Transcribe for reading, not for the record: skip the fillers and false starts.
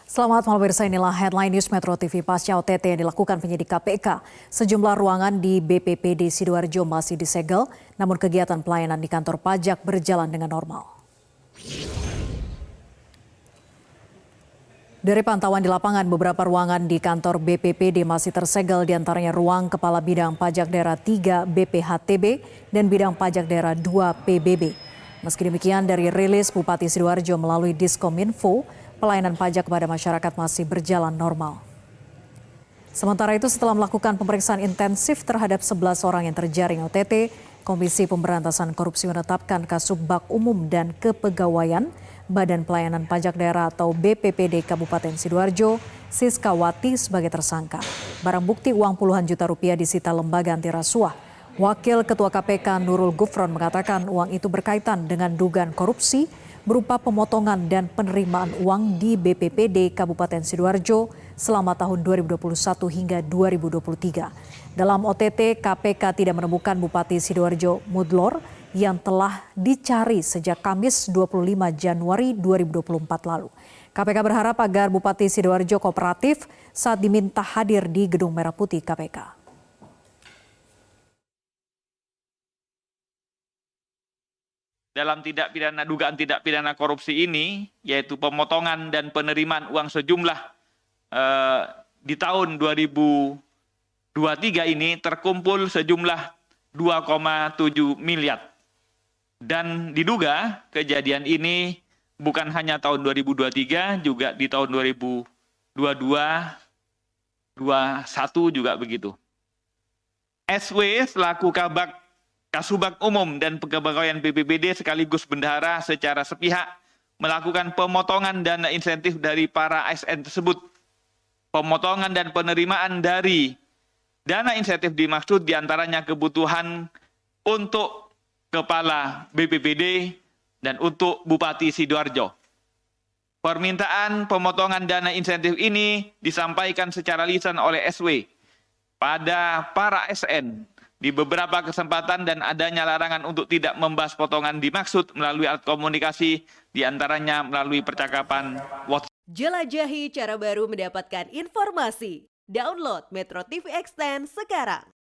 Selamat malam pemirsa, inilah headline news Metro TV. Pasca OTT yang dilakukan penyidik KPK, sejumlah ruangan di BPPD Sidoarjo masih disegel, namun kegiatan pelayanan di kantor pajak berjalan dengan normal. Dari pantauan di lapangan, beberapa ruangan di kantor BPPD masih tersegel, diantaranya ruang Kepala Bidang Pajak Daerah 3 BPHTB dan Bidang Pajak Daerah 2 PBB. Meski demikian, dari rilis Bupati Sidoarjo melalui Diskominfo, pelayanan pajak kepada masyarakat masih berjalan normal. Sementara itu, setelah melakukan pemeriksaan intensif terhadap 11 orang yang terjaring OTT, Komisi Pemberantasan Korupsi menetapkan Kasubag Umum dan Kepegawaian Badan Pelayanan Pajak Daerah atau BPPD Kabupaten Sidoarjo, Siskawati sebagai tersangka. Barang bukti uang puluhan juta rupiah disita lembaga anti rasuah. Wakil Ketua KPK Nurul Gufron mengatakan uang itu berkaitan dengan dugaan korupsi berupa pemotongan dan penerimaan uang di BPPD Kabupaten Sidoarjo selama tahun 2021 hingga 2023. Dalam OTT, KPK tidak menemukan Bupati Sidoarjo Mudlor yang telah dicari sejak Kamis 25 Januari 2024 lalu. KPK berharap agar Bupati Sidoarjo kooperatif saat diminta hadir di Gedung Merah Putih KPK. Dalam dugaan tindak pidana korupsi ini, yaitu pemotongan dan penerimaan uang sejumlah di tahun 2023 ini terkumpul sejumlah 2,7 miliar. Dan diduga kejadian ini bukan hanya tahun 2023, juga di tahun 2022, 2021 juga begitu. SW selaku Kasubag Umum dan Kepegawaian BPPD sekaligus bendahara secara sepihak melakukan pemotongan dana insentif dari para ASN tersebut. Pemotongan dan penerimaan dari dana insentif dimaksud diantaranya kebutuhan untuk Kepala BPPD dan untuk Bupati Sidoarjo. Permintaan pemotongan dana insentif ini disampaikan secara lisan oleh SW pada para ASN di beberapa kesempatan dan adanya larangan untuk tidak membahas potongan dimaksud melalui alat komunikasi, diantaranya melalui percakapan WhatsApp. Jelajahi cara baru mendapatkan informasi. Download Metro TV Extend sekarang.